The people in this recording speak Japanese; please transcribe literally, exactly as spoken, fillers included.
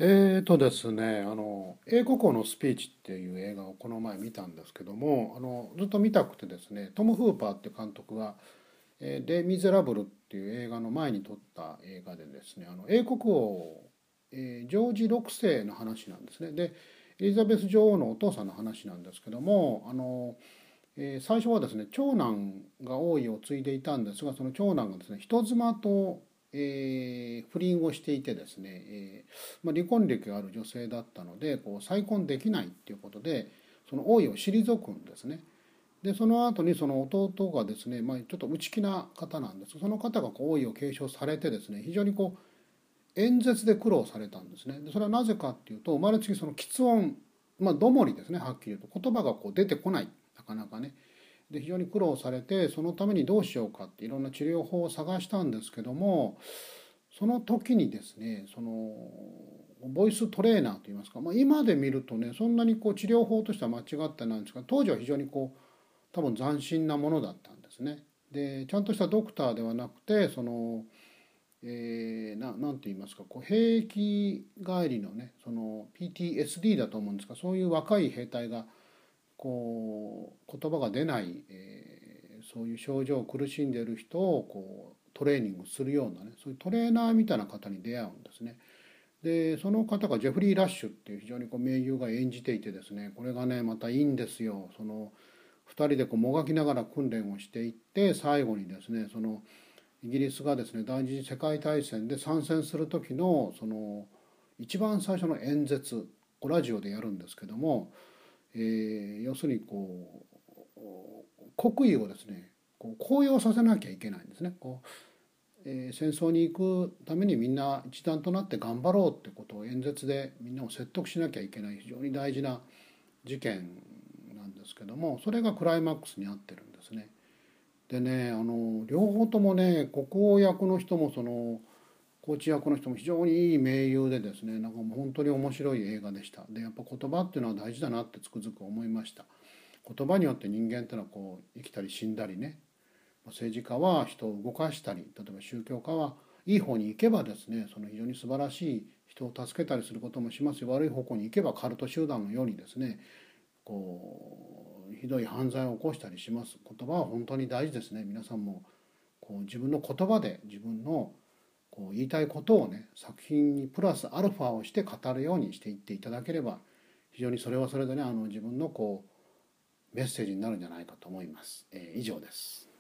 えーとですね、あの、英国王のスピーチっていう映画をこの前見たんですけども、あの、ずっと見たくてですね、トム・フーパーっていう監督が、えーレ・ミゼラブルっていう映画の前に撮った映画でですね、あの、英国王、えージョージろくせい世の話なんですね。で、エリザベス女王のお父さんの話なんですけども、あの、えー最初はですね、長男が王位を継いでいたんですが、その長男がですね、人妻と、えー不倫をしていてですね、えーまあ、離婚歴がある女性だったので、こう再婚できないっていうことで、その王位を退くんですね。で、その後にその弟がですね、まあ、ちょっと内気な方なんです。その方がこう王位を継承されてですね、非常にこう演説で苦労されたんですね。で、それはなぜかっていうと、生まれつきその喫音、まあ、どもりですね、はっきり言うと。言葉がこう出てこない。なかなかね。で非常に苦労されて、そのためにどうしようかっていろんな治療法を探したんですけども、その時にですね、そのボイストレーナーといいますか、まあ、今で見るとね、そんなにこう治療法としては間違ってないんですが、当時は非常にこう多分斬新なものだったんですね。でちゃんとしたドクターではなくて、その、えー、ななんて言いますか、こう兵役帰りのね、その ピーティーエスディー だと思うんですが、そういう若い兵隊がこう言葉が出ない、えーそういう症状を苦しんでいる人をこうトレーニングするようなね、そういうトレーナーみたいな方に出会うんですね。でその方がジェフリー・ラッシュっていう非常にこう名優が演じていてですね、これがねまたいいんですよ。そのふたりでこうもがきながら訓練をしていって、最後にですね、そのイギリスがですね第二次世界大戦で参戦する時のその一番最初の演説、ラジオでやるんですけども、えー要するにこう国威をですねこう高揚させなきゃいけないんですね。こう、えー戦争に行くためにみんな一丸となって頑張ろうってことを演説でみんなを説得しなきゃいけない非常に大事な事件なんですけども、それがクライマックスに合ってるんですね。でね、あの両方ともね、国王役の人もそのコーチ役の人も非常にいい名優でですね、なんかもう本当に面白い映画でした。でやっぱ言葉っていうのは大事だなってつくづく思いました。言葉によって人間っていうのはこう生きたり死んだりね、政治家は人を動かしたり、例えば宗教家はいい方に行けばですね、その非常に素晴らしい人を助けたりすることもしますし、悪い方向に行けばカルト集団のようにですね、こうひどい犯罪を起こしたりします。言葉は本当に大事ですね。皆さんもこう自分の言葉で自分のこう言いたいことをね、作品にプラスアルファをして語るようにしていっていただければ、非常にそれはそれでね、あの自分のこうメッセージになるんじゃないかと思います。えー以上です。